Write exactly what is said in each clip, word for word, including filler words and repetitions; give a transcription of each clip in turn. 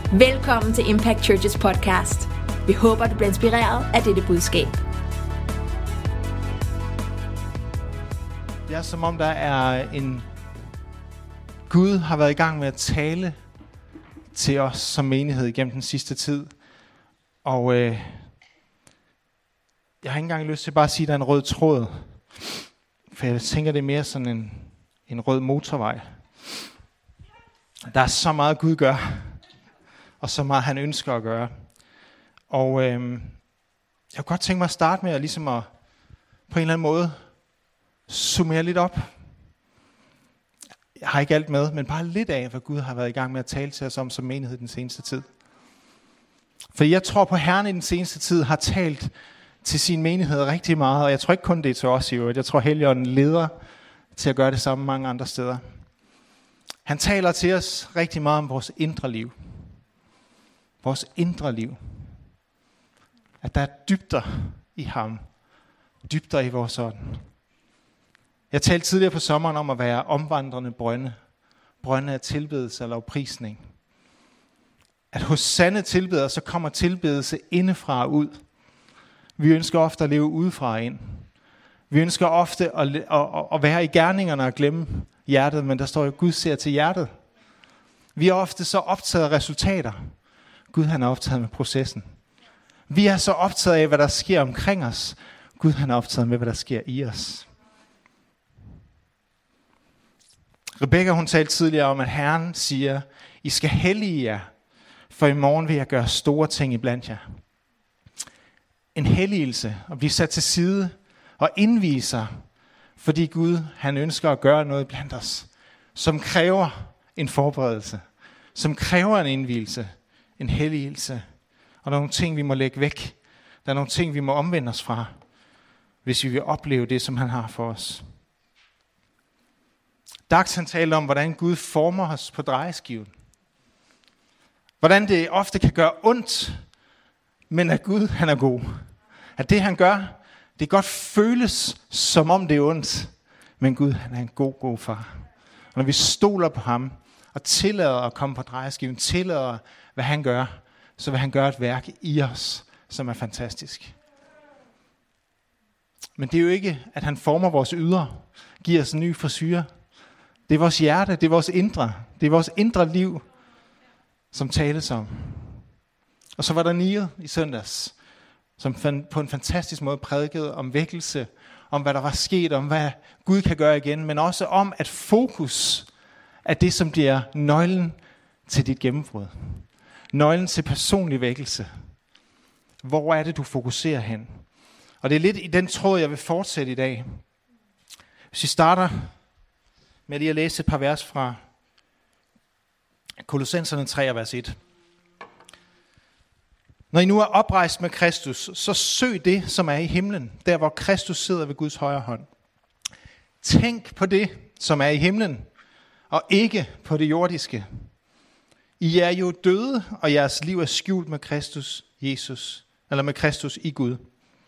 Velkommen til Impact Churches podcast. Vi håber, du bliver inspireret af dette budskab. Det er som om, der er en Gud har været i gang med at tale til os som menighed gennem den sidste tid. Og øh, jeg har ikke engang lyst til bare at sige, at der er en rød tråd. For jeg tænker, det er mere sådan en, en rød motorvej. Der er så meget Gud gør, og så meget han ønsker at gøre. Og øh, jeg kunne godt tænke mig at starte med at, ligesom at på en eller anden måde summere lidt op. Jeg har ikke alt med, men bare lidt af, hvad Gud har været i gang med at tale til os om som menighed den seneste tid. For jeg tror på, at Herren i den seneste tid har talt til sin menighed rigtig meget, og jeg tror ikke kun det er til os i øvrigt. Jeg tror, Helligånden leder til at gøre det samme mange andre steder. Han taler til os rigtig meget om vores indre liv. Vores indre liv. At der er dybder i ham. Dybder i vores ånd. Jeg talte tidligere på sommeren om at være omvandrende brønde. Brønde af tilbedelse og lovprisning. At hos sande tilbedere, så kommer tilbedelse indefra og ud. Vi ønsker ofte at leve udefra og ind. Vi ønsker ofte at, at, at være i gerningerne og glemme hjertet, men der står jo, at Gud ser til hjertet. Vi er ofte så optaget af resultater. Gud han er optaget med processen. Vi er så optaget af, hvad der sker omkring os. Gud han er optaget med, hvad der sker i os. Rebecca hun talte tidligere om, at Herren siger, I skal hellige jer, for i morgen vil jeg gøre store ting iblandt jer. En helligelse at blive sat til side og indviser, fordi Gud han ønsker at gøre noget blandt os, som kræver en forberedelse, som kræver en indvielse, en helligelse. Og der er nogle ting, vi må lægge væk. Der er nogle ting, vi må omvende os fra, hvis vi vil opleve det, som han har for os. Dax han talte om, hvordan Gud former os på drejeskiven. Hvordan det ofte kan gøre ondt, men at Gud han er god. At det han gør, det godt føles som om det er ondt, men Gud han er en god, god far. Og når vi stoler på ham og tillader at komme på drejeskiven, tillader hvad han gør, så vil han gøre et værk i os, som er fantastisk. Men det er jo ikke, at han former vores ydre, giver os en ny frisyre. Det er vores hjerte, det er vores indre, det er vores indre liv, som tales om. Og så var der Niel i søndags, som på en fantastisk måde prædikede om vækkelse, om hvad der var sket, om hvad Gud kan gøre igen, men også om, at fokus er det, som bliver nøglen til dit gennembrud. Nøglen til personlig vækkelse. Hvor er det, du fokuserer hen? Og det er lidt i den tråd, jeg vil fortsætte i dag. Hvis vi starter med lige at læse et par vers fra Kolossenserne tre, vers et. Når I nu er oprejst med Kristus, så søg det, som er i himlen, der hvor Kristus sidder ved Guds højre hånd. Tænk på det, som er i himlen, og ikke på det jordiske. I er jo døde, og jeres liv er skjult med Kristus Jesus, eller med Kristus i Gud.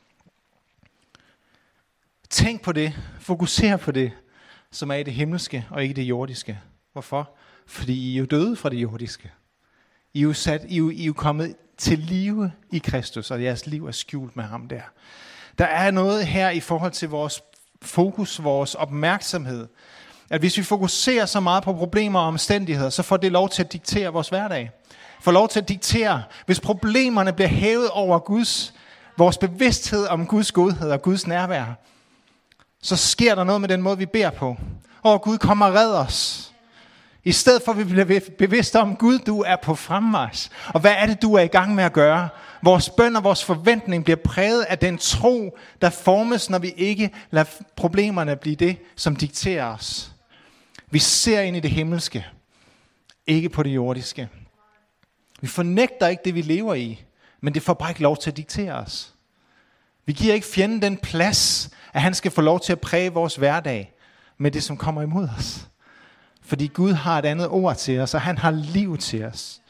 Tænk på det, fokuser på det, som er i det himmelske, og ikke det jordiske. Hvorfor? Fordi I er jo døde fra det jordiske. I er jo, sat, I er jo, I er jo kommet til live i Kristus, og jeres liv er skjult med ham der. Der er noget her i forhold til vores fokus, vores opmærksomhed, at hvis vi fokuserer så meget på problemer og omstændigheder, så får det lov til at diktere vores hverdag. Får lov til at diktere, hvis problemerne bliver hævet over Guds, vores bevidsthed om Guds godhed og Guds nærvær, så sker der noget med den måde, vi beder på. Og Gud kommer og redder os. I stedet for, at vi bliver bevidste om, Gud, du er på fremmarch. Og hvad er det, du er i gang med at gøre? Vores bøn og vores forventning bliver præget af den tro, der formes, når vi ikke lader problemerne blive det, som dikterer os. Vi ser ind i det himmelske, ikke på det jordiske. Vi fornægter ikke det, vi lever i, men det får bare ikke lov til at diktere os. Vi giver ikke fjenden den plads, at han skal få lov til at præge vores hverdag med det, som kommer imod os. Fordi Gud har et andet ord til os, og han har liv til os.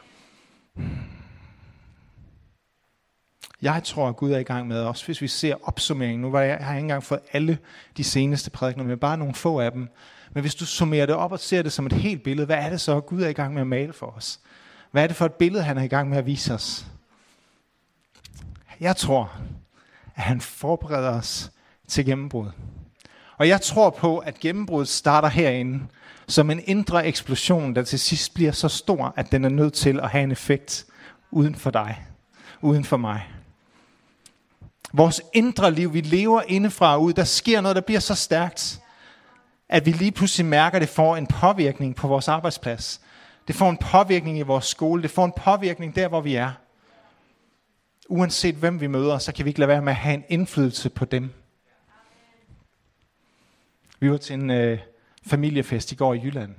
Jeg tror, at Gud er i gang med os, hvis vi ser opsummeringen. Nu har jeg, jeg har ikke engang fået alle de seneste prædikener, men bare nogle få af dem. Men hvis du summerer det op og ser det som et helt billede, hvad er det så, Gud er i gang med at male for os? Hvad er det for et billede, han er i gang med at vise os? Jeg tror, at han forbereder os til gennembrud. Og jeg tror på, at gennembruddet starter herinde som en indre eksplosion, der til sidst bliver så stor, at den er nødt til at have en effekt uden for dig, uden for mig. Vores indre liv, vi lever indefra og ud, der sker noget, der bliver så stærkt, at vi lige pludselig mærker, at det får en påvirkning på vores arbejdsplads. Det får en påvirkning i vores skole, det får en påvirkning der, hvor vi er. Uanset hvem vi møder, så kan vi ikke lade være med at have en indflydelse på dem. Vi var til en øh, familiefest i går i Jylland.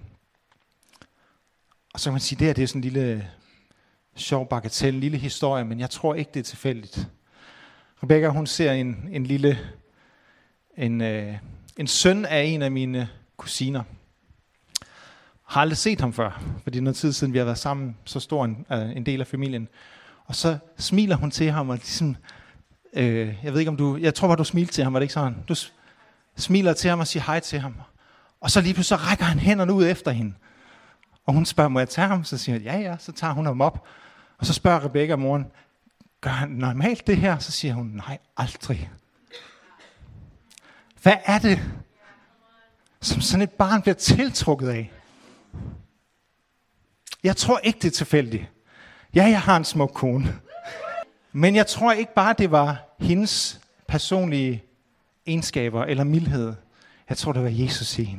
Og så kan man sige, at det her det er sådan en lille sjov bagatel, en lille historie, men jeg tror ikke, det er tilfældigt. Rebecca, hun ser en, en lille, en, øh, en søn af en af mine kusiner. Har aldrig set ham før, for det er noget tid siden, vi har været sammen, så stor en, øh, en del af familien. Og så smiler hun til ham, og ligesom, øh, jeg ved ikke om du, jeg tror bare du smilte til ham, var det ikke sådan? Du smiler til ham og siger hej til ham. Og så lige pludselig så rækker han hænderne ud efter hende. Og hun spørger, må jeg tage ham? Så siger han, ja ja, så tager hun ham op. Og så spørger Rebecca moren, gør han normalt det her? Så siger hun, nej, aldrig. Hvad er det, som sådan et barn bliver tiltrukket af? Jeg tror ikke, det er tilfældigt. Ja, jeg har en smuk kone. Men jeg tror ikke bare, det var hendes personlige egenskaber eller mildhed. Jeg tror, det var Jesus i hende.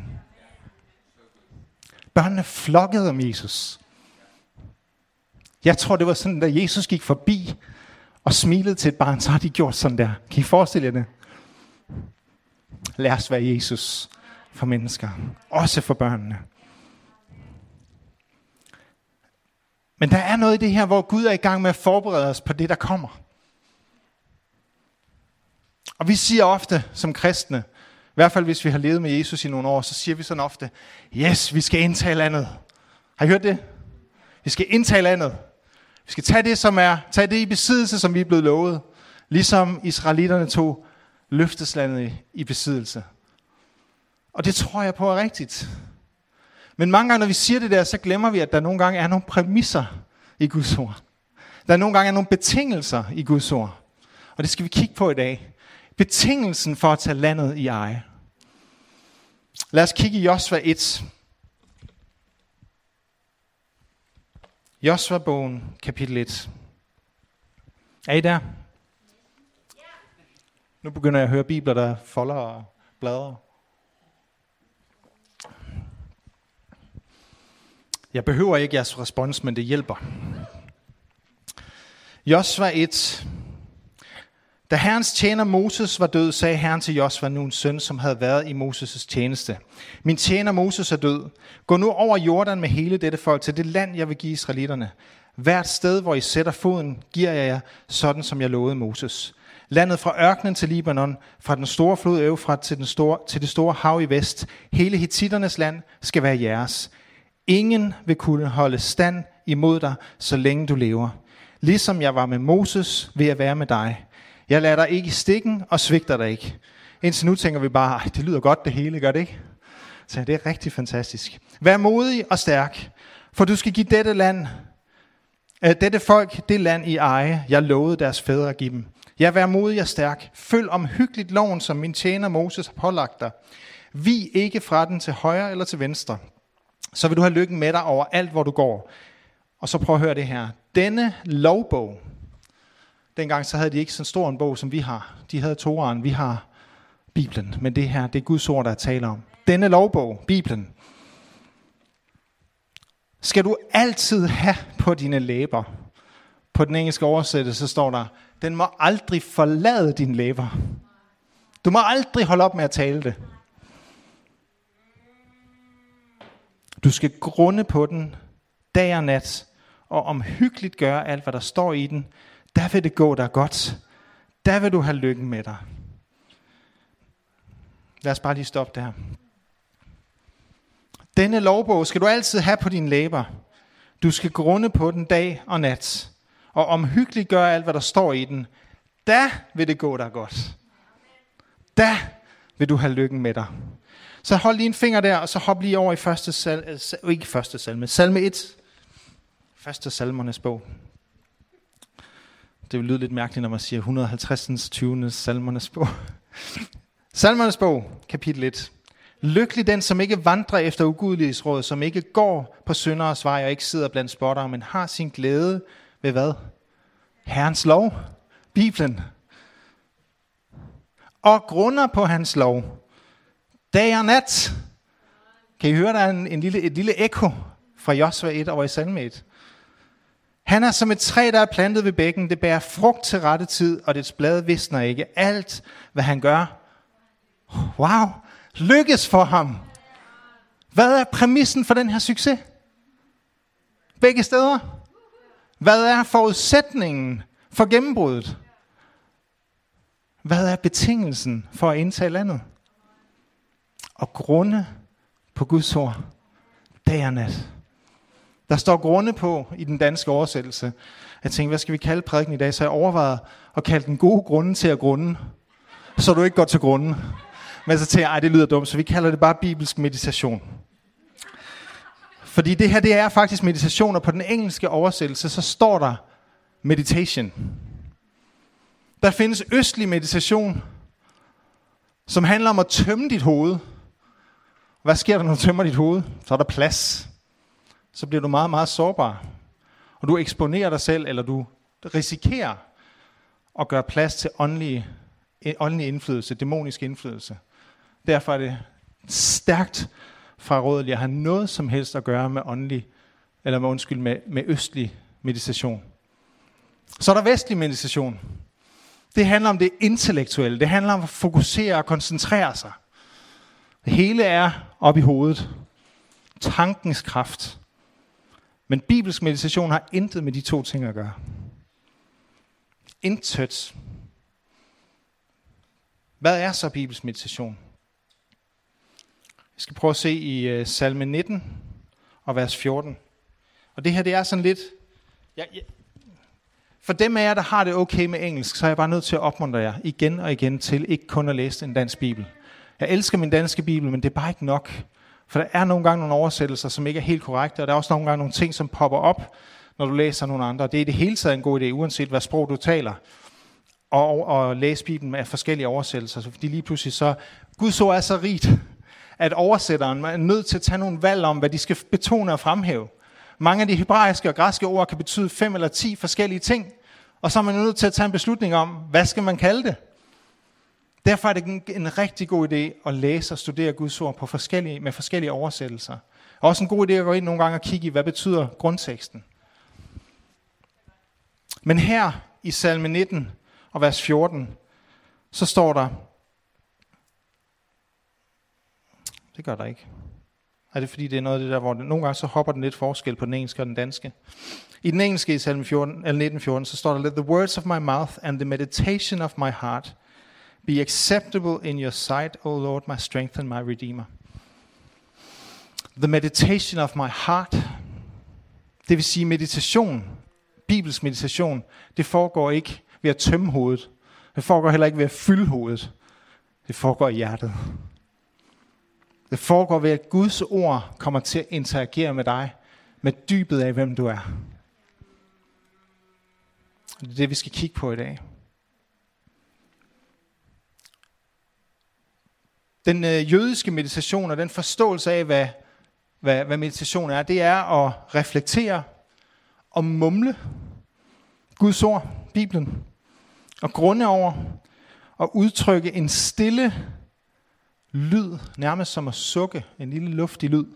Børnene flokkede om Jesus. Jeg tror, det var sådan, da Jesus gik forbi og smilede til et barn, så har de gjort sådan der. Kan I forestille jer det? Lad os være Jesus for mennesker. Også for børnene. Men der er noget i det her, hvor Gud er i gang med at forberede os på det, der kommer. Og vi siger ofte som kristne, i hvert fald hvis vi har levet med Jesus i nogle år, så siger vi sådan ofte, yes, vi skal indtage landet. Har I hørt det? Vi skal indtage landet. Vi skal tage det, som er, tage det i besiddelse, som vi er blevet lovet. Ligesom israelitterne tog løfteslandet i, i besiddelse. Og det tror jeg på er rigtigt. Men mange gange, når vi siger det der, så glemmer vi, at der nogle gange er nogle præmisser i Guds ord. Der nogle gange er nogle betingelser i Guds ord. Og det skal vi kigge på i dag. Betingelsen for at tage landet i eje. Lad os kigge i Josva et. Josva-bogen, kapitel et. Er I der? Nu begynder jeg at høre bibler, der folder og bladrer. Jeg behøver ikke jeres respons, men det hjælper. Josva et. Da Herrens tjener Moses var død, sagde Herren til Josva, nu en søn, som havde været i Moses' tjeneste. Min tjener Moses er død. Gå nu over Jordan med hele dette folk til det land, jeg vil give israelitterne. Hvert sted, hvor I sætter foden, giver jeg jer, sådan som jeg lovede Moses. Landet fra ørkenen til Libanon, fra den store flod Eufrat til, den store, til det store hav i vest, hele Hittiternes land skal være jeres. Ingen vil kunne holde stand imod dig, så længe du lever. Ligesom jeg var med Moses, vil jeg være med dig. Jeg lader dig ikke i stikken og svigter dig ikke. Indtil nu tænker vi bare, det lyder godt det hele, gør det ikke? Så det er rigtig fantastisk. Vær modig og stærk, for du skal give dette land, øh, dette folk det land i eje, jeg lovede deres fædre at give dem. Ja, vær modig og stærk. Følg omhyggeligt loven, som min tjener Moses har pålagt dig. Vi ikke fra den til højre eller til venstre. Så vil du have lykken med dig over alt, hvor du går. Og så prøv at høre det her. Denne lovbog, dengang så havde de ikke så stor en bog, som vi har. De havde Toraen, vi har Bibelen. Men det her, det er Guds ord, der er tale om. Denne lovbog, Bibelen, skal du altid have på dine læber. På den engelske oversættelse så står der, den må aldrig forlade dine læber. Du må aldrig holde op med at tale det. Du skal grunde på den dag og nat, og omhyggeligt gøre alt, hvad der står i den. Der vil det gå dig godt. Der vil du have lykken med dig. Lad os bare lige stoppe der. Denne lovbog skal du altid have på dine læber. Du skal grunde på den dag og nat, og omhyggeligt gøre alt, hvad der står i den. Der vil det gå dig godt. Der vil du have lykken med dig. Så hold lige en finger der, og så hop lige over i første salme, ikke første salme, salme et. Første Salmernes bog. Det vil lyde lidt mærkeligt, når man siger et hundrede og halvtreds tyvende Salmernes bog. Salmernes bog, kapitel et. Lykkelig den, som ikke vandrer efter ugudeligheds råd, som ikke går på synderes vej og ikke sidder blandt spottere, men har sin glæde ved hvad? Herrens lov, Bibelen. Og grunder på hans lov, dag og nat. Kan I høre, der er en, en lille, et lille ekko fra Josua et over i Salme et. Han er som et træ, der er plantet ved bækken. Det bærer frugt til rette tid, og dets blade visner ikke. Alt, hvad han gør, wow, lykkes for ham. Hvad er præmissen for den her succes? Begge steder. Hvad er forudsætningen for gennembruddet? Hvad er betingelsen for at indtage landet? Og grunde på Guds ord, dag og nat. Der står grunde på i den danske oversættelse. Jeg tænkte, hvad skal vi kalde prædiken i dag? Så jeg overvejede at kalde den gode grunde til at grunde, så du ikke går til grunden. Men så tænkte jeg, ej, det lyder dumt, så vi kalder det bare bibelsk meditation. Fordi det her, det er faktisk meditation, og på den engelske oversættelse, så står der meditation. Der findes østlig meditation, som handler om at tømme dit hoved. Hvad sker der, når du tømmer dit hoved? Så er der plads. Så bliver du meget, meget sårbar. Og du eksponerer dig selv, eller du risikerer at gøre plads til åndelig, åndelig indflydelse, dæmonisk indflydelse. Derfor er det stærkt frarådeligt at have noget som helst at gøre med åndelig, eller med, undskyld, med, med østlig meditation. Så er der vestlig meditation. Det handler om det intellektuelle. Det handler om at fokusere og koncentrere sig. Det hele er oppe i hovedet. Tankens kraft. Men bibelsk meditation har intet med de to ting at gøre. Intet. Hvad er så bibelsk meditation? Vi skal prøve at se i uh, salme nitten og vers fjorten. Og det her, det er sådan lidt... Ja, ja. For dem af jer, der har det okay med engelsk, så er jeg bare nødt til at opmuntre jer igen og igen til ikke kun at læse en dansk bibel. Jeg elsker min danske bibel, men det er bare ikke nok. For der er nogle gange nogle oversættelser, som ikke er helt korrekte, og der er også nogle gange nogle ting, som popper op, når du læser nogle andre. Det er i det hele taget en god idé, uanset hvad sprog du taler, og, og læse Bibelen med forskellige oversættelser. Fordi lige pludselig så, Guds ord er så rigt, at oversætteren er nødt til at tage nogle valg om, hvad de skal betone og fremhæve. Mange af de hebraiske og græske ord kan betyde fem eller ti forskellige ting, og så er man nødt til at tage en beslutning om, hvad skal man kalde det? Derfor er det en, en rigtig god idé at læse og studere Guds ord på forskellige, med forskellige oversættelser. Også en god idé at gå ind nogle gange og kigge i, hvad betyder grundteksten. Men her i salme nitten og vers fjorten, så står der, det gør der ikke. Er det fordi det er noget af det der, hvor det, nogle gange så hopper den lidt forskel på den engelske og den danske. I den engelske i salme fjorten, eller nitten fjorten, så står der, let the words of my mouth and the meditation of my heart be acceptable in your sight, O Lord, my strength and my redeemer. The meditation of my heart, det vil sige meditation, bibelsk meditation, det foregår ikke ved at tømme hovedet. Det foregår heller ikke ved at fylde hovedet. Det foregår i hjertet. Det foregår ved, at Guds ord kommer til at interagere med dig, med dybet af, hvem du er. Det er det, vi skal kigge på i dag. Den øh, jødiske meditation og den forståelse af, hvad, hvad, hvad meditation er, det er at reflektere og mumle Guds ord, Bibelen, og grunde over og udtrykke en stille lyd, nærmest som at sukke, en lille luftig lyd,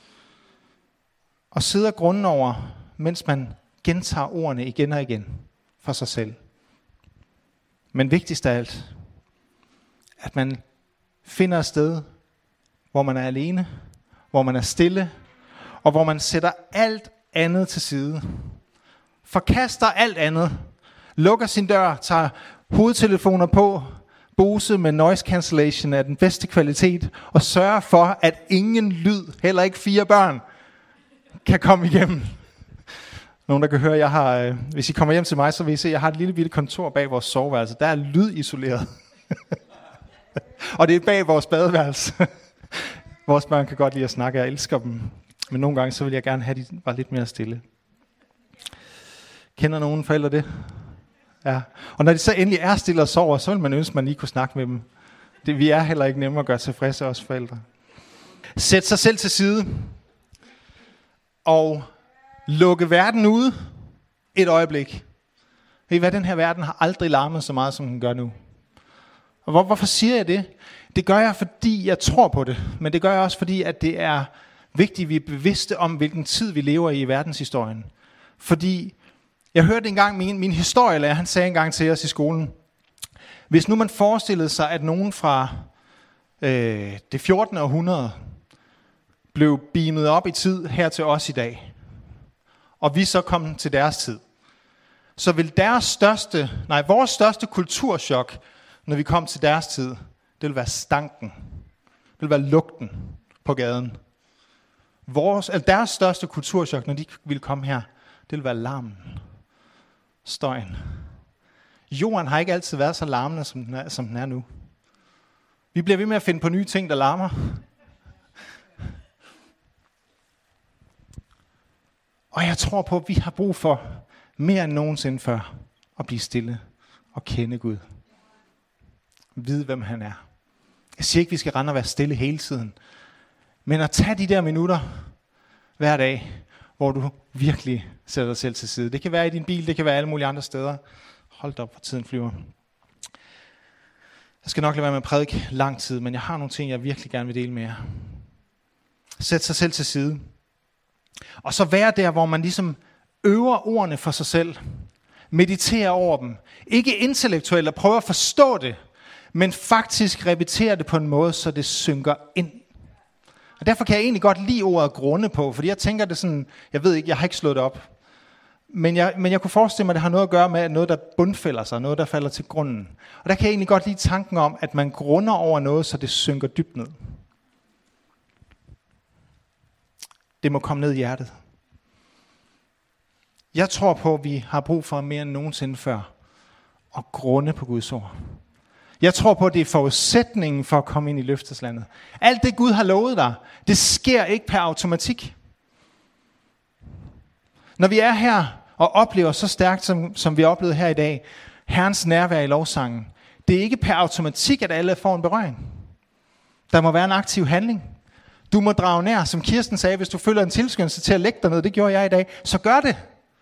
og sidde og grunde over, mens man gentager ordene igen og igen for sig selv. Men vigtigst af alt, at man finder et sted, hvor man er alene, hvor man er stille, og hvor man sætter alt andet til side. Forkaster alt andet. Lukker sin dør, tager hovedtelefoner på, Bose med noise cancellation af den bedste kvalitet, og sørger for, at ingen lyd, heller ikke fire børn, kan komme igennem. Nogen, der kan høre, jeg har, øh, hvis I kommer hjem til mig, så vil I se, at jeg har et lille bitte kontor bag vores soveværelse. Der er lydisoleret. Og det er bag vores badeværelse. Vores børn kan godt lide at snakke, jeg elsker dem. Men nogle gange, så vil jeg gerne have, at de var lidt mere stille. Kender nogen forældre det? Ja. Og når de så endelig er stille og sover, så vil man ønske, at man lige kunne snakke med dem. Det, vi er heller ikke nemme at gøre tilfredse os forældre. Sæt sig selv til side. Og lukke verden ude et øjeblik. Ved I hvad, den her verden har aldrig larmet så meget, som den gør nu. Og hvor, hvorfor siger jeg det? Det gør jeg, fordi jeg tror på det. Men det gør jeg også, fordi at det er vigtigt, at vi er bevidste om, hvilken tid vi lever i i verdenshistorien. Fordi jeg hørte engang min, min historielærer, han sagde engang til os i skolen, hvis nu man forestillede sig, at nogen fra øh, det fjortende århundrede blev beamet op i tid her til os i dag, og vi så kom til deres tid, så vil deres største, nej, vores største kulturschok, når vi kom til deres tid, det vil være stanken. Det vil være lugten på gaden. Vores, eller deres største kulturschok, når de ville komme her, det vil være larmen. Støjen. Jorden har ikke altid været så larmende, som den er, som den er nu. Vi bliver ved med at finde på nye ting, der larmer. Og jeg tror på, at vi har brug for mere end nogensinde før at blive stille og kende Gud. Vide, hvem han er. Jeg siger ikke, at vi skal rende og være stille hele tiden. Men at tage de der minutter hver dag, hvor du virkelig sætter dig selv til side. Det kan være i din bil, det kan være alle mulige andre steder. Hold da op, hvor tiden flyver. Jeg skal nok lade være med at prædike lang tid, men jeg har nogle ting, jeg virkelig gerne vil dele med jer. Sæt sig selv til side. Og så være der, hvor man ligesom øver ordene for sig selv. Mediterer over dem. Ikke intellektuelt og prøver at forstå det, men faktisk repetere det på en måde, så det synker ind. Og derfor kan jeg egentlig godt lide ordet grunde på, fordi jeg tænker det sådan, jeg ved ikke, jeg har ikke slået det op. Men jeg, men jeg kunne forestille mig, at det har noget at gøre med noget, der bundfælder sig, noget, der falder til grunden. Og der kan jeg egentlig godt lide tanken om, at man grunder over noget, så det synker dybt ned. Det må komme ned i hjertet. Jeg tror på, at vi har brug for mere end nogensinde før at grunde på Guds ord. Jeg tror på, at det er forudsætningen for at komme ind i løfteslandet. Alt det Gud har lovet dig, det sker ikke per automatik. Når vi er her og oplever så stærkt, som, som vi har oplevet her i dag, Herrens nærvær i lovsangen, det er ikke per automatik, at alle får en berøring. Der må være en aktiv handling. Du må drage nær, som Kirsten sagde, hvis du føler en tilskyndelse til at lægge dig ned, det gjorde jeg i dag, så gør det.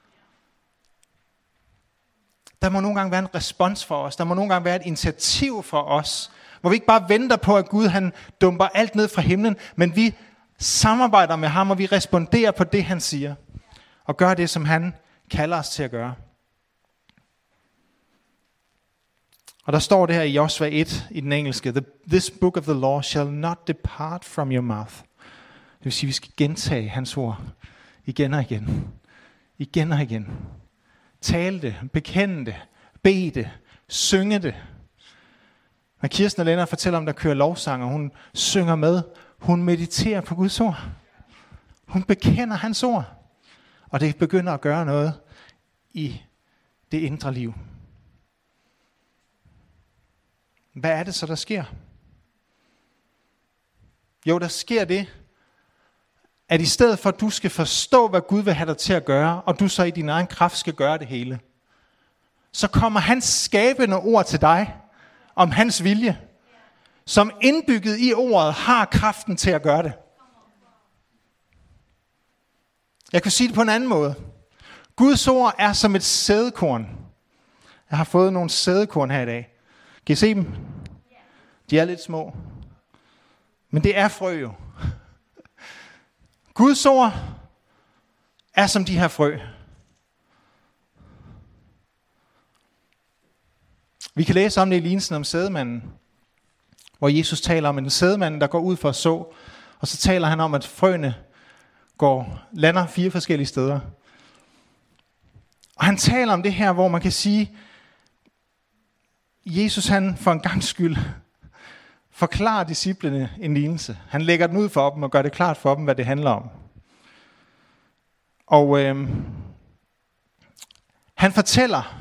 Der må nogle gange være en respons for os. Der må nogle gange være et initiativ for os. Hvor vi ikke bare venter på, at Gud han dumper alt ned fra himlen. Men vi samarbejder med ham, og vi responderer på det, han siger. Og gør det, som han kalder os til at gøre. Og der står det her i Josua et i den engelske. This book of the law shall not depart from your mouth. Det vil sige, at vi skal gentage hans ord. Igen og igen. Igen og igen. Tale det, bekende det, bede det, synge det. Når Kirsten og Lennart fortæller om, der kører lovsang, og hun synger med, hun mediterer på Guds ord. Hun bekender hans ord. Og det begynder at gøre noget i det indre liv. Hvad er det så, der sker? Jo, der sker det, at i stedet for, at du skal forstå, hvad Gud vil have dig til at gøre, og du så i din egen kraft skal gøre det hele, så kommer hans skabende ord til dig, om hans vilje, som indbygget i ordet har kraften til at gøre det. Jeg kan sige det på en anden måde. Guds ord er som et sædekorn. Jeg har fået nogle sædekorn her i dag. Kan I se dem? De er lidt små. Men det er frø jo. Guds ord er som de her frø. Vi kan læse om det i lignelsen om sædemanden, hvor Jesus taler om en sædemand, der går ud for at så, og så taler han om, at frøene går, lander fire forskellige steder. Og han taler om det her, hvor man kan sige, Jesus han for en gangs skyld forklarer disciplene en lignelse. Han lægger den ud for dem og gør det klart for dem, hvad det handler om. Og øh, han fortæller,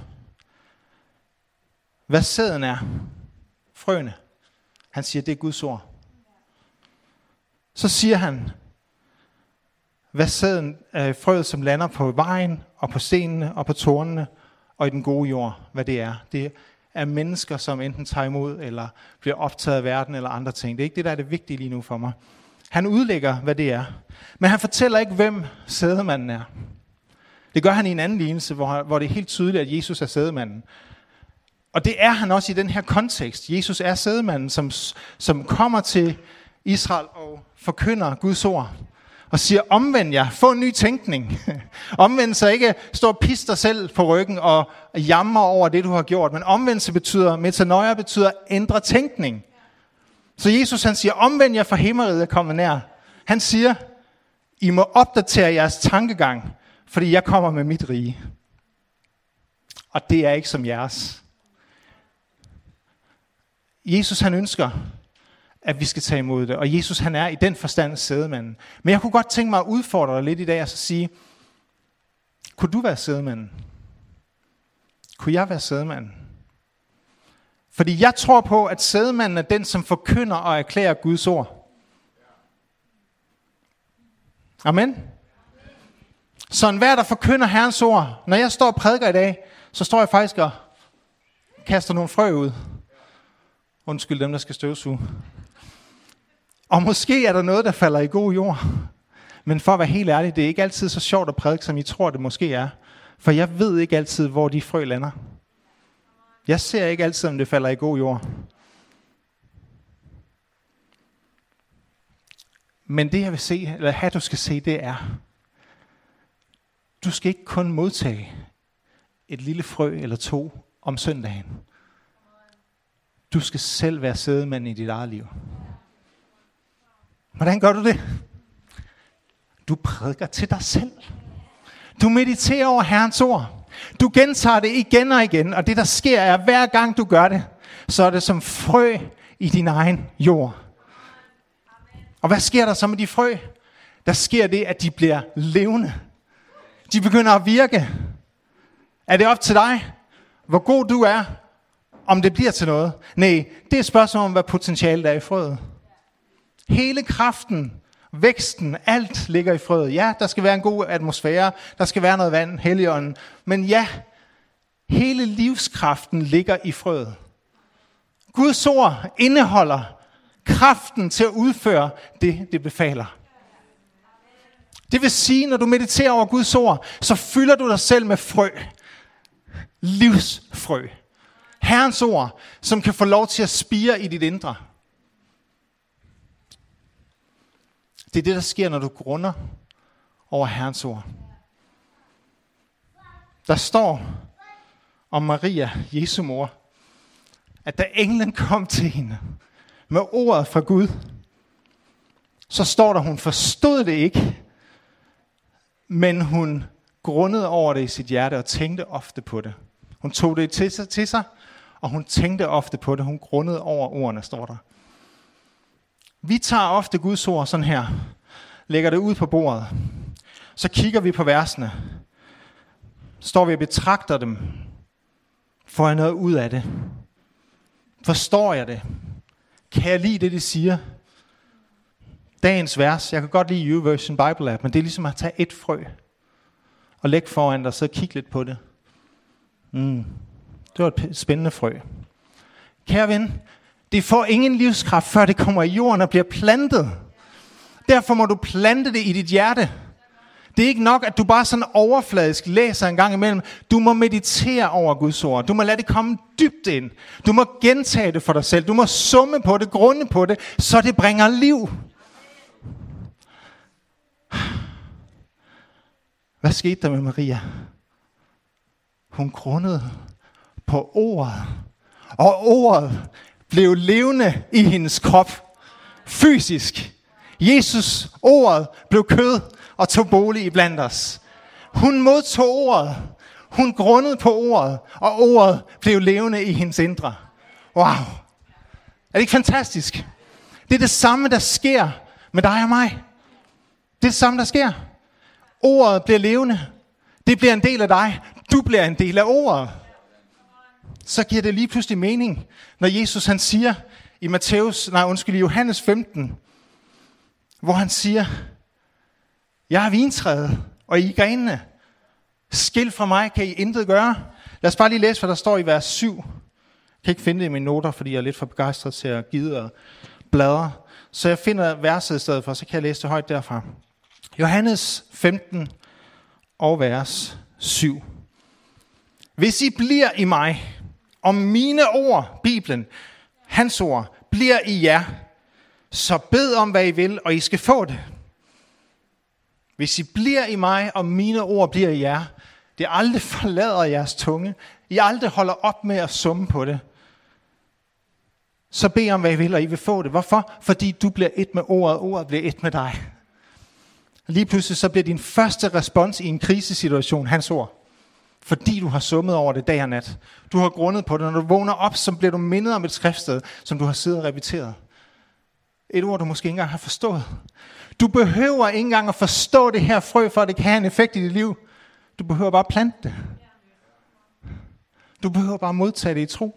hvad sæden er. Frøene. Han siger, det er Guds ord. Så siger han, hvad sæden, øh, frøet, som lander på vejen, og på stenene, og på tornene, og i den gode jord, hvad det er. Det er mennesker, som enten tager imod, eller bliver optaget af verden, eller andre ting. Det er ikke det, der er det vigtige lige nu for mig. Han udlægger, hvad det er. Men han fortæller ikke, hvem sædemanden er. Det gør han i en anden lignelse, hvor, hvor det er helt tydeligt, at Jesus er sædemanden. Og det er han også i den her kontekst. Jesus er sædemanden, som, som kommer til Israel og forkynder Guds ord. Og siger, omvend jer, få en ny tænkning. Omvend sig ikke, stå og pisse dig selv på ryggen og jammer over det, du har gjort. Men omvendelse betyder, metanoia betyder ændre tænkning. Så Jesus han siger, omvend jer, for himmeriget er kommet nær. Han siger, I må opdatere jeres tankegang, fordi jeg kommer med mit rige. Og det er ikke som jeres. Jesus han ønsker, at vi skal tage imod det. Og Jesus han er i den forstand sædemanden. Men jeg kunne godt tænke mig at udfordre dig lidt i dag og så sige, kunne du være sædemanden? Kunne jeg være sædemanden? Fordi jeg tror på, at sædemanden er den, som forkynder og erklærer Guds ord. Amen. Så enhver, der forkynder Herrens ord, når jeg står og prædiker i dag, så står jeg faktisk og kaster nogle frø ud. Undskyld dem, der skal støvsuge. Og måske er der noget, der falder i god jord. Men for at være helt ærlig, det er ikke altid så sjovt at prædike, som I tror, det måske er. For jeg ved ikke altid, hvor de frø lander. Jeg ser ikke altid, om det falder i god jord. Men det jeg vil se, eller have du skal se, det er, du skal ikke kun modtage et lille frø eller to om søndagen. Du skal selv være sædemand i dit eget liv. Hvordan gør du det? Du prædiker til dig selv. Du mediterer over Herrens ord. Du gentager det igen og igen, og det der sker er, hver gang du gør det, så er det som frø i din egen jord. Og hvad sker der så med de frø? Der sker det, at de bliver levende. De begynder at virke. Er det op til dig, hvor god du er, om det bliver til noget? Nej, det er et spørgsmål om, hvad potentialet er i frøet. Hele kraften, væksten, alt ligger i frøet. Ja, der skal være en god atmosfære, der skal være noget vand, Helligånden. Men ja, hele livskraften ligger i frøet. Guds ord indeholder kraften til at udføre det, det befaler. Det vil sige, når du mediterer over Guds ord, så fylder du dig selv med frø. Livsfrø. Herrens ord, som kan få lov til at spire i dit indre. Det er det, der sker, når du grunder over Herrens ord. Der står om Maria, Jesu mor, at da englen kom til hende med ordet fra Gud, så står der, hun forstod det ikke, men hun grundede over det i sit hjerte og tænkte ofte på det. Hun tog det til sig, til sig, og hun tænkte ofte på det. Hun grundede over ordene, står der. Vi tager ofte Guds ord sådan her, lægger det ud på bordet. Så kigger vi på versene. Står vi og betragter dem. Får jeg noget ud af det? Forstår jeg det? Kan jeg lide det, de siger? Dagens vers, jeg kan godt lide YouVersion Bible App, men det er ligesom at tage et frø og lægge foran dig, og så kigge lidt på det. Mm. Det var et spændende frø. Kære ven, det får ingen livskraft, før det kommer i jorden og bliver plantet. Derfor må du plante det i dit hjerte. Det er ikke nok, at du bare sådan overfladisk læser en gang imellem. Du må meditere over Guds ord. Du må lade det komme dybt ind. Du må gentage det for dig selv. Du må summe på det, grunde på det, så det bringer liv. Hvad skete der med Maria? Hun grundede på ordet. Og ordet blev levende i hendes krop. Fysisk. Jesus, ordet, blev kød og tog bolig iblandt os. Hun modtog ordet. Hun grundede på ordet. Og ordet blev levende i hendes indre. Wow. Er det ikke fantastisk? Det er det samme, der sker med dig og mig. Det er det samme, der sker. Ordet bliver levende. Det bliver en del af dig. Du bliver en del af ordet. Så giver det lige pludselig mening, når Jesus han siger i Matthæus, nej undskyld, i Johannes femten, hvor han siger, Jeg er vintræet, og I er grenene. Skilt fra mig kan I intet gøre. Lad os bare lige læse, hvad der står i vers syv. Jeg kan ikke finde det i mine noter, fordi jeg er lidt for begejstret til at gide og bladre. Så jeg finder verset i stedet for, så kan jeg læse det højt derfra. Johannes femten og vers syv. Hvis I bliver i mig, og mine ord, Bibelen, hans ord, bliver i jer, så bed om, hvad I vil, og I skal få det. Hvis I bliver i mig, og mine ord bliver i jer, det aldrig forlader jeres tunge, I aldrig holder op med at summe på det, så bed om, hvad I vil, og I vil få det. Hvorfor? Fordi du bliver et med ordet, og ordet bliver et med dig. Lige pludselig så bliver din første respons i en krisesituation hans ord. Fordi du har summet over det dag og nat. Du har grundet på det. Når du vågner op, så bliver du mindet om et skriftsted, som du har siddet og repeteret. Et ord, du måske ikke engang har forstået. Du behøver ikke engang at forstå det her frø, for at det kan have en effekt i dit liv. Du behøver bare at plante det. Du behøver bare at modtage det i tro.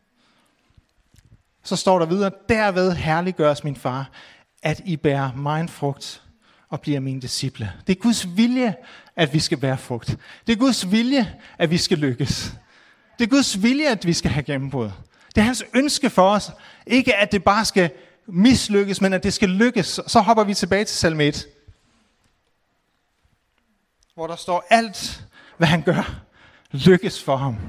Så står der videre, derved herliggøres min far, at I bærer megen frugt og bliver mine disciple. Det er Guds vilje, at vi skal bære frugt. Det er Guds vilje, at vi skal lykkes. Det er Guds vilje, at vi skal have gennembrud. Det er hans ønske for os. Ikke at det bare skal mislykkes, men at det skal lykkes. Så hopper vi tilbage til salme et. Hvor der står alt, hvad han gør, lykkes for ham.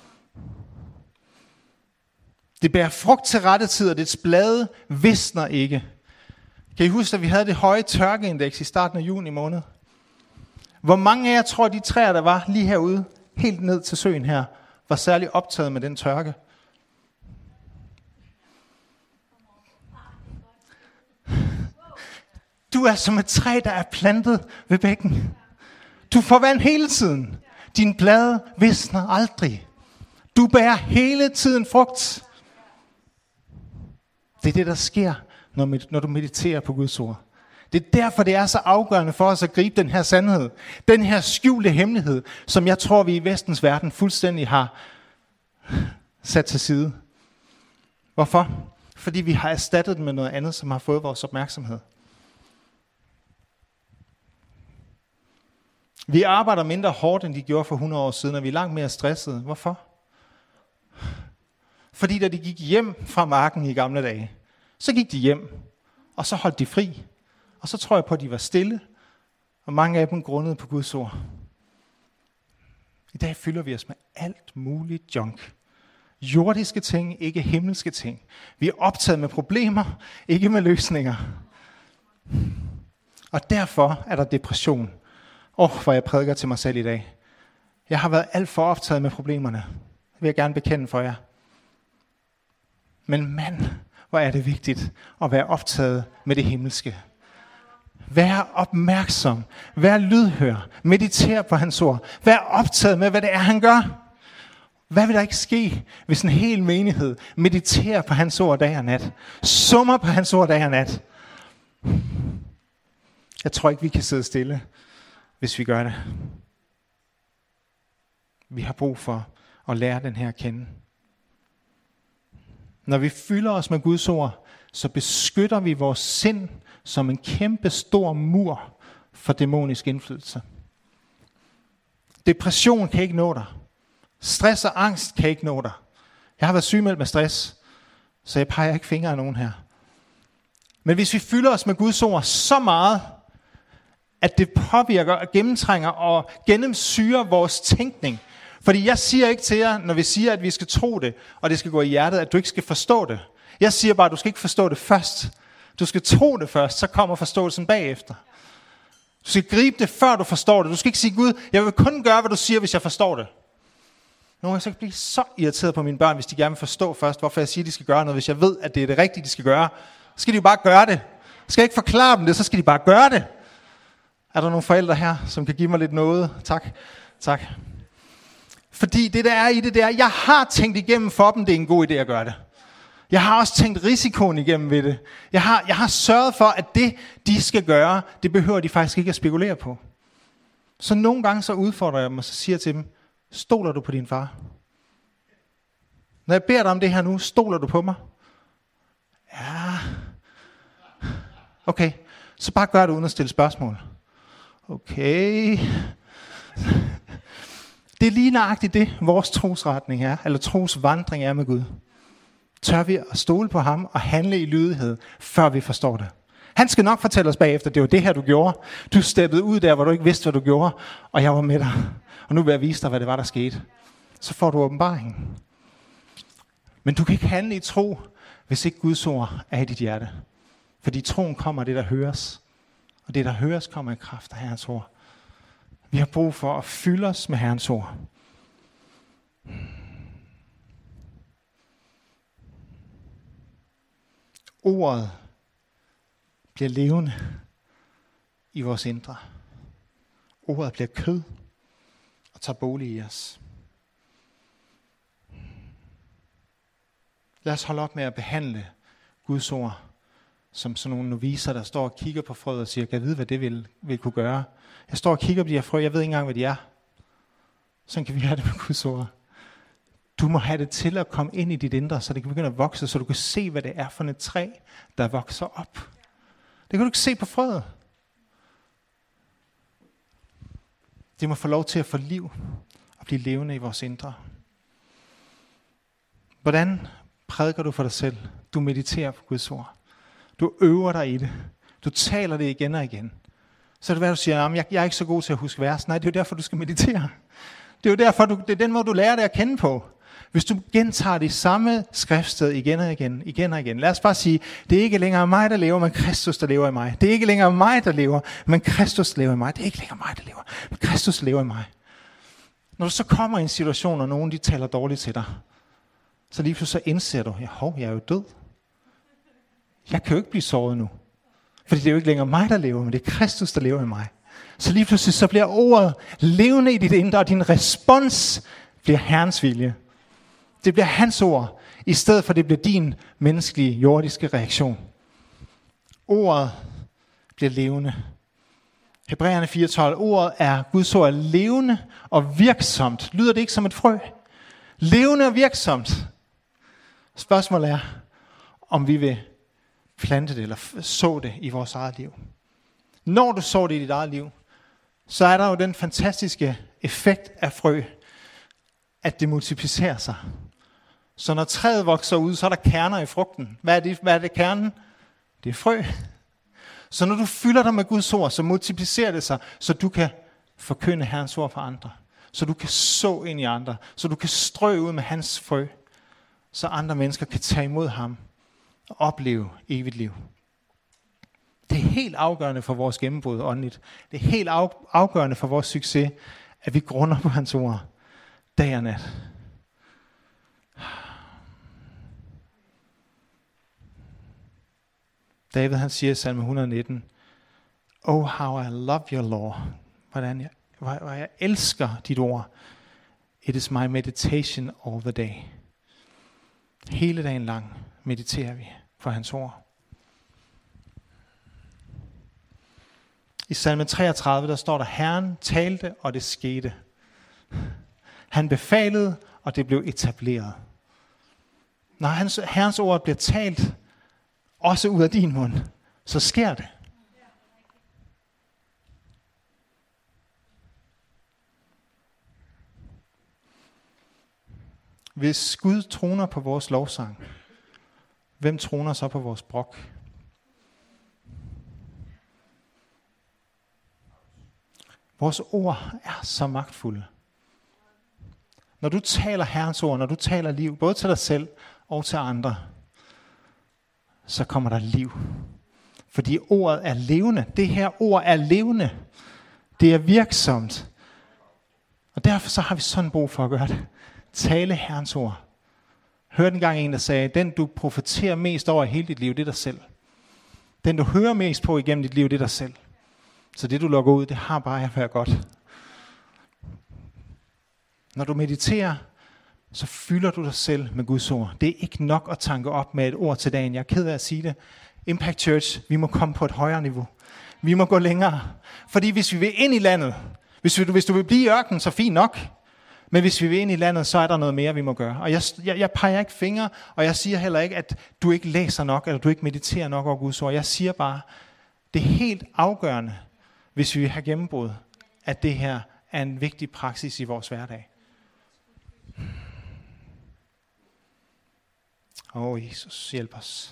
Det bærer frugt til rette tid, og dets blade visner ikke. Kan I huske, at vi havde det høje tørkeindeks i starten af juni måned? Hvor mange af jer tror, at de træer, der var lige herude, helt ned til søen her, var særligt optaget med den tørke? Du er som et træ, der er plantet ved bækken. Du får vand hele tiden. Din blade visner aldrig. Du bærer hele tiden frugt. Det er det, der sker, når du mediterer på Guds ord. Det er derfor, det er så afgørende for os at gribe den her sandhed. Den her skjulte hemmelighed, som jeg tror, vi i vestens verden fuldstændig har sat til side. Hvorfor? Fordi vi har erstattet den med noget andet, som har fået vores opmærksomhed. Vi arbejder mindre hårdt, end de gjorde for hundrede år siden, og vi er langt mere stressede. Hvorfor? Fordi da de gik hjem fra marken i gamle dage, så gik de hjem, og så holdt de fri. Og så tror jeg på, at de var stille, og mange af dem grundede på Guds ord. I dag fylder vi os med alt muligt junk. Jordiske ting, ikke himmelske ting. Vi er optaget med problemer, ikke med løsninger. Og derfor er der depression. Åh, oh, hvor jeg prædiker til mig selv i dag. Jeg har været alt for optaget med problemerne. Det vil jeg gerne bekende for jer. Men mand, hvor er det vigtigt at være optaget med det himmelske. Vær opmærksom. Vær lydhør. Mediter på hans ord. Vær optaget med, hvad det er, han gør. Hvad vil der ikke ske, hvis en hel menighed mediterer på hans ord dag og nat? Summer på hans ord dag og nat? Jeg tror ikke, vi kan sidde stille, hvis vi gør det. Vi har brug for at lære den her at kende. Når vi fylder os med Guds ord, så beskytter vi vores sind som en kæmpe stor mur for dæmonisk indflydelse. Depression kan ikke nå dig. Stress og angst kan ikke nå dig. Jeg har været sygemeldt med stress, så jeg peger ikke fingre af nogen her. Men hvis vi fylder os med Guds ord så meget, at det påvirker og gennemtrænger og gennemsyrer vores tænkning. Fordi jeg siger ikke til jer, når vi siger, at vi skal tro det, og det skal gå i hjertet, at du ikke skal forstå det. Jeg siger bare, at du skal ikke forstå det først. Du skal tro det først, så kommer forståelsen bagefter. Du skal gribe det, før du forstår det. Du skal ikke sige, Gud, jeg vil kun gøre, hvad du siger, hvis jeg forstår det. Nogle gange så kan jeg blive så irriteret på mine børn, hvis de gerne vil forstå først, hvorfor jeg siger, at de skal gøre noget. Hvis jeg ved, at det er det rigtige, de skal gøre, så skal de jo bare gøre det. Skal jeg ikke forklare dem det, så skal de bare gøre det. Er der nogle forældre her, som kan give mig lidt noget? Tak. Tak. Fordi det der er i det der, jeg har tænkt igennem for dem, det er en god idé at gøre det. Jeg har også tænkt risikoen igennem ved det. Jeg har, jeg har sørget for, at det, de skal gøre, det behøver de faktisk ikke at spekulere på. Så nogle gange så udfordrer jeg dem, og så siger jeg til dem, stoler du på din far? Når jeg beder dig om det her nu, stoler du på mig? Ja. Okay, så bare gør det uden at stille spørgsmål. Okay. Det er lige nøjagtigt det, vores trosretning er, eller trosvandring er med Gud. Tør vi at stole på ham og handle i lydighed, før vi forstår det? Han skal nok fortælle os bagefter, det var det her, du gjorde. Du steppede ud der, hvor du ikke vidste, hvad du gjorde, og jeg var med dig. Og nu vil jeg vise dig, hvad det var, der skete. Så får du åbenbaringen. Men du kan ikke handle i tro, hvis ikke Guds ord er i dit hjerte. Fordi troen kommer af det, der høres. Og det, der høres, kommer i kraft af Herrens ord. Vi har brug for at fylde os med Herrens ord. Ordet bliver levende i vores indre. Ordet bliver kød og tager bolig i os. Lad os holde op med at behandle Guds ord som sådan nogle noviser, der står og kigger på frøet og siger, kan jeg vide, hvad det vil, vil kunne gøre? Jeg står og kigger på de her frø, jeg ved ikke engang, hvad de er. Sådan kan vi have det med Guds ord. Du må have det til at komme ind i dit indre, så det kan begynde at vokse, så du kan se, hvad det er for et træ, der vokser op. Det kan du ikke se på frøet. Det må få lov til at få liv og blive levende i vores indre. Hvordan prædiker du for dig selv? Du mediterer på Guds ord. Du øver dig i det. Du taler det igen og igen. Så er det hvad du siger, jeg, jeg er ikke så god til at huske vers. Nej, det er jo derfor, du skal meditere. Det er jo derfor, du, det er den måde, du lærer det at kende på. Hvis du gentager det samme skriftsted igen og igen, igen og igen. Lad os bare sige, det er ikke længere mig, der lever, men Kristus, der lever i mig. Det er ikke længere mig, der lever, men Kristus lever i mig. Det er ikke længere mig, der lever, men Kristus lever i mig. Når du så kommer i en situation, og nogen de taler dårligt til dig, så lige pludselig så indser du, ja, hov, jeg er jo død. Jeg kan jo ikke blive såret nu. Fordi det er jo ikke længere mig, der lever, men det er Kristus, der lever i mig. Så lige pludselig så bliver ordet levende i dit indre, og din respons bliver Herrens vilje. Det bliver hans ord, i stedet for det bliver din menneskelige, jordiske reaktion. Ordet bliver levende. Hebræerne fire tolv, ordet er Guds ord, levende og virksomt. Lyder det ikke som et frø? Levende og virksomt. Spørgsmålet er, om vi vil plante det, eller så det i vores eget liv. Når du så det i dit eget liv, så er der jo den fantastiske effekt af frø, at det multiplicerer sig. Så når træet vokser ud, så er der kerner i frugten. Hvad er det, hvad er det kernen? Det er frø. Så når du fylder dig med Guds ord, så multiplicerer det sig, så du kan forkynde Herrens ord for andre. Så du kan så ind i andre. Så du kan strø ud med hans frø. Så andre mennesker kan tage imod ham og opleve evigt liv. Det er helt afgørende for vores gennembrud åndeligt. Det er helt afgørende for vores succes, at vi grunder på hans ord dag og nat. David han siger i salme et hundrede nitten, Oh, how I love your law. Hvordan jeg, hvor jeg elsker dit ord. It is my meditation all the day. Hele dagen lang mediterer vi for hans ord. I salme treogtredive, der står der, Herren talte, og det skete. Han befalede, og det blev etableret. Når hans, Herrens ord bliver talt, også ud af din mund, så sker det. Hvis Gud troner på vores lovsang, hvem troner så på vores brok? Vores ord er så magtfulde. Når du taler Herrens ord, når du taler liv, både til dig selv og til andre, så kommer der liv. Fordi ordet er levende. Det her ord er levende. Det er virksomt. Og derfor så har vi sådan brug for at gøre det. Tale Herrens ord. Hørte engang en, der sagde, den du profeterer mest over i hele dit liv, det er dig selv. Den du hører mest på igennem dit liv, det er dig selv. Så det du lukker ud, det har bare at være godt. Når du mediterer, så fylder du dig selv med Guds ord. Det er ikke nok at tanke op med et ord til dagen. Jeg er ked af at sige det. Impact Church, vi må komme på et højere niveau. Vi må gå længere. Fordi hvis vi vil ind i landet, hvis, vi, hvis du vil blive i ørkenen, så fint nok. Men hvis vi vil ind i landet, så er der noget mere, vi må gøre. Og jeg, jeg, jeg peger ikke fingre, og jeg siger heller ikke, at du ikke læser nok, eller du ikke mediterer nok over Guds ord. Jeg siger bare, det er helt afgørende, hvis vi vil have gennembrud, at det her er en vigtig praksis i vores hverdag. Åh, oh, Jesus, hjælp os.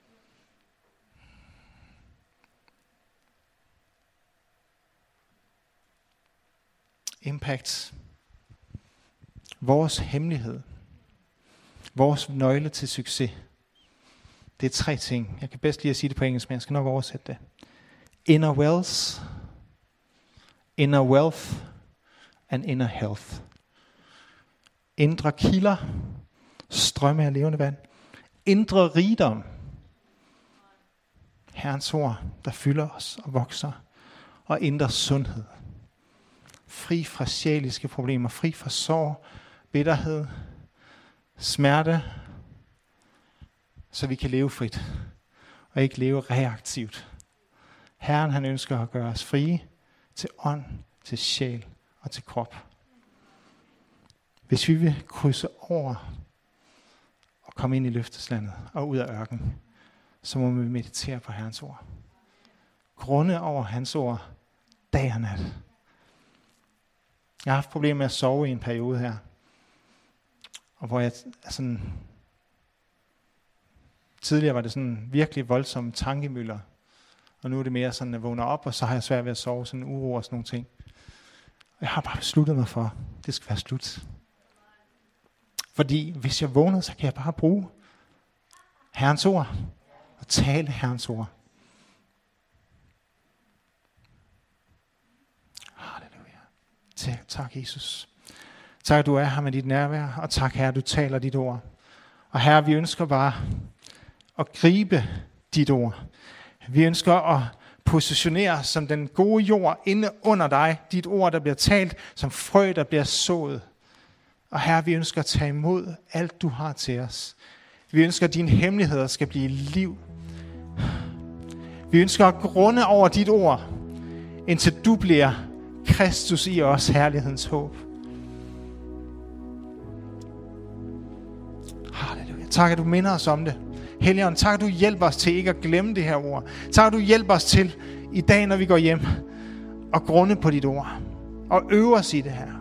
Impact. Vores hemmelighed. Vores nøgle til succes. Det er tre ting. Jeg kan bedst lige at sige det på engelsk, men jeg skal nok oversætte det. Inner wealth, inner wealth and inner health. Indre kilder, strømme af levende vand. Indre rigdom. Herrens ord, der fylder os og vokser. Og indre sundhed. Fri fra sjæliske problemer, fri fra sorg, bitterhed, smerte, så vi kan leve frit og ikke leve reaktivt. Herren, han ønsker at gøre os frie til ånd, til sjæl og til krop. Hvis vi vil krydse over og komme ind i løfteslandet og ud af ørkenen, så må vi meditere på Herrens ord. Grunde over hans ord dag og nat. Jeg har haft problemer med at sove i en periode her, og hvor jeg sådan, tidligere var det sådan virkelig voldsomme tankemøller, og nu er det mere sådan, at jeg vågner op, og så har jeg svært ved at sove, sådan uro og sådan nogle ting. Og jeg har bare besluttet mig for, at det skal være slut. Fordi hvis jeg vågner, så kan jeg bare bruge Herrens ord, og tale Herrens ord. Halleluja. Tak, Jesus. Tak, at du er her med dit nærvær, og tak, Herre, at du taler dit ord. Og Herre, vi ønsker bare at gribe dit ord. Vi ønsker at positionere os som den gode jord inde under dig. Dit ord, der bliver talt, som frø, der bliver sået. Og Herre, vi ønsker at tage imod alt, du har til os. Vi ønsker, at dine hemmeligheder skal blive liv. Vi ønsker at grunde over dit ord, indtil du bliver Kristus i os, herlighedens håb. Halleluja. Tak, at du minder os om det. Helligånd, tak, at du hjælper os til ikke at glemme det her ord. Tak, at du hjælper os til i dag, når vi går hjem, at grunde på dit ord. Og øve os i det her.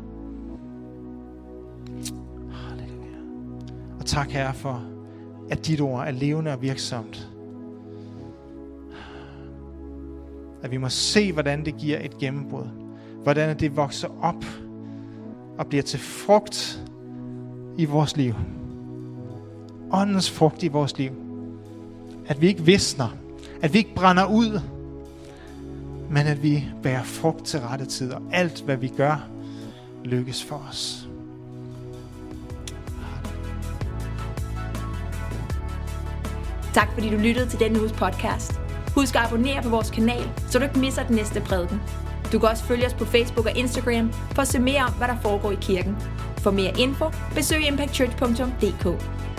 Halleluja. Og tak, Herre, for at dit ord er levende og virksomt. At vi må se, hvordan det giver et gennembrud. Hvordan det vokser op og bliver til frugt i vores liv. Åndens frugt i vores liv. At vi ikke visner. At vi ikke brænder ud. Men at vi bærer frugt til rette tid. Og alt, hvad vi gør, lykkes for os. Tak fordi du lyttede til denne uges podcast. Husk at abonnere på vores kanal, så du ikke misser den næste prædiken. Du kan også følge os på Facebook og Instagram for at se mere om, hvad der foregår i kirken. For mere info, besøg impact church punktum d k.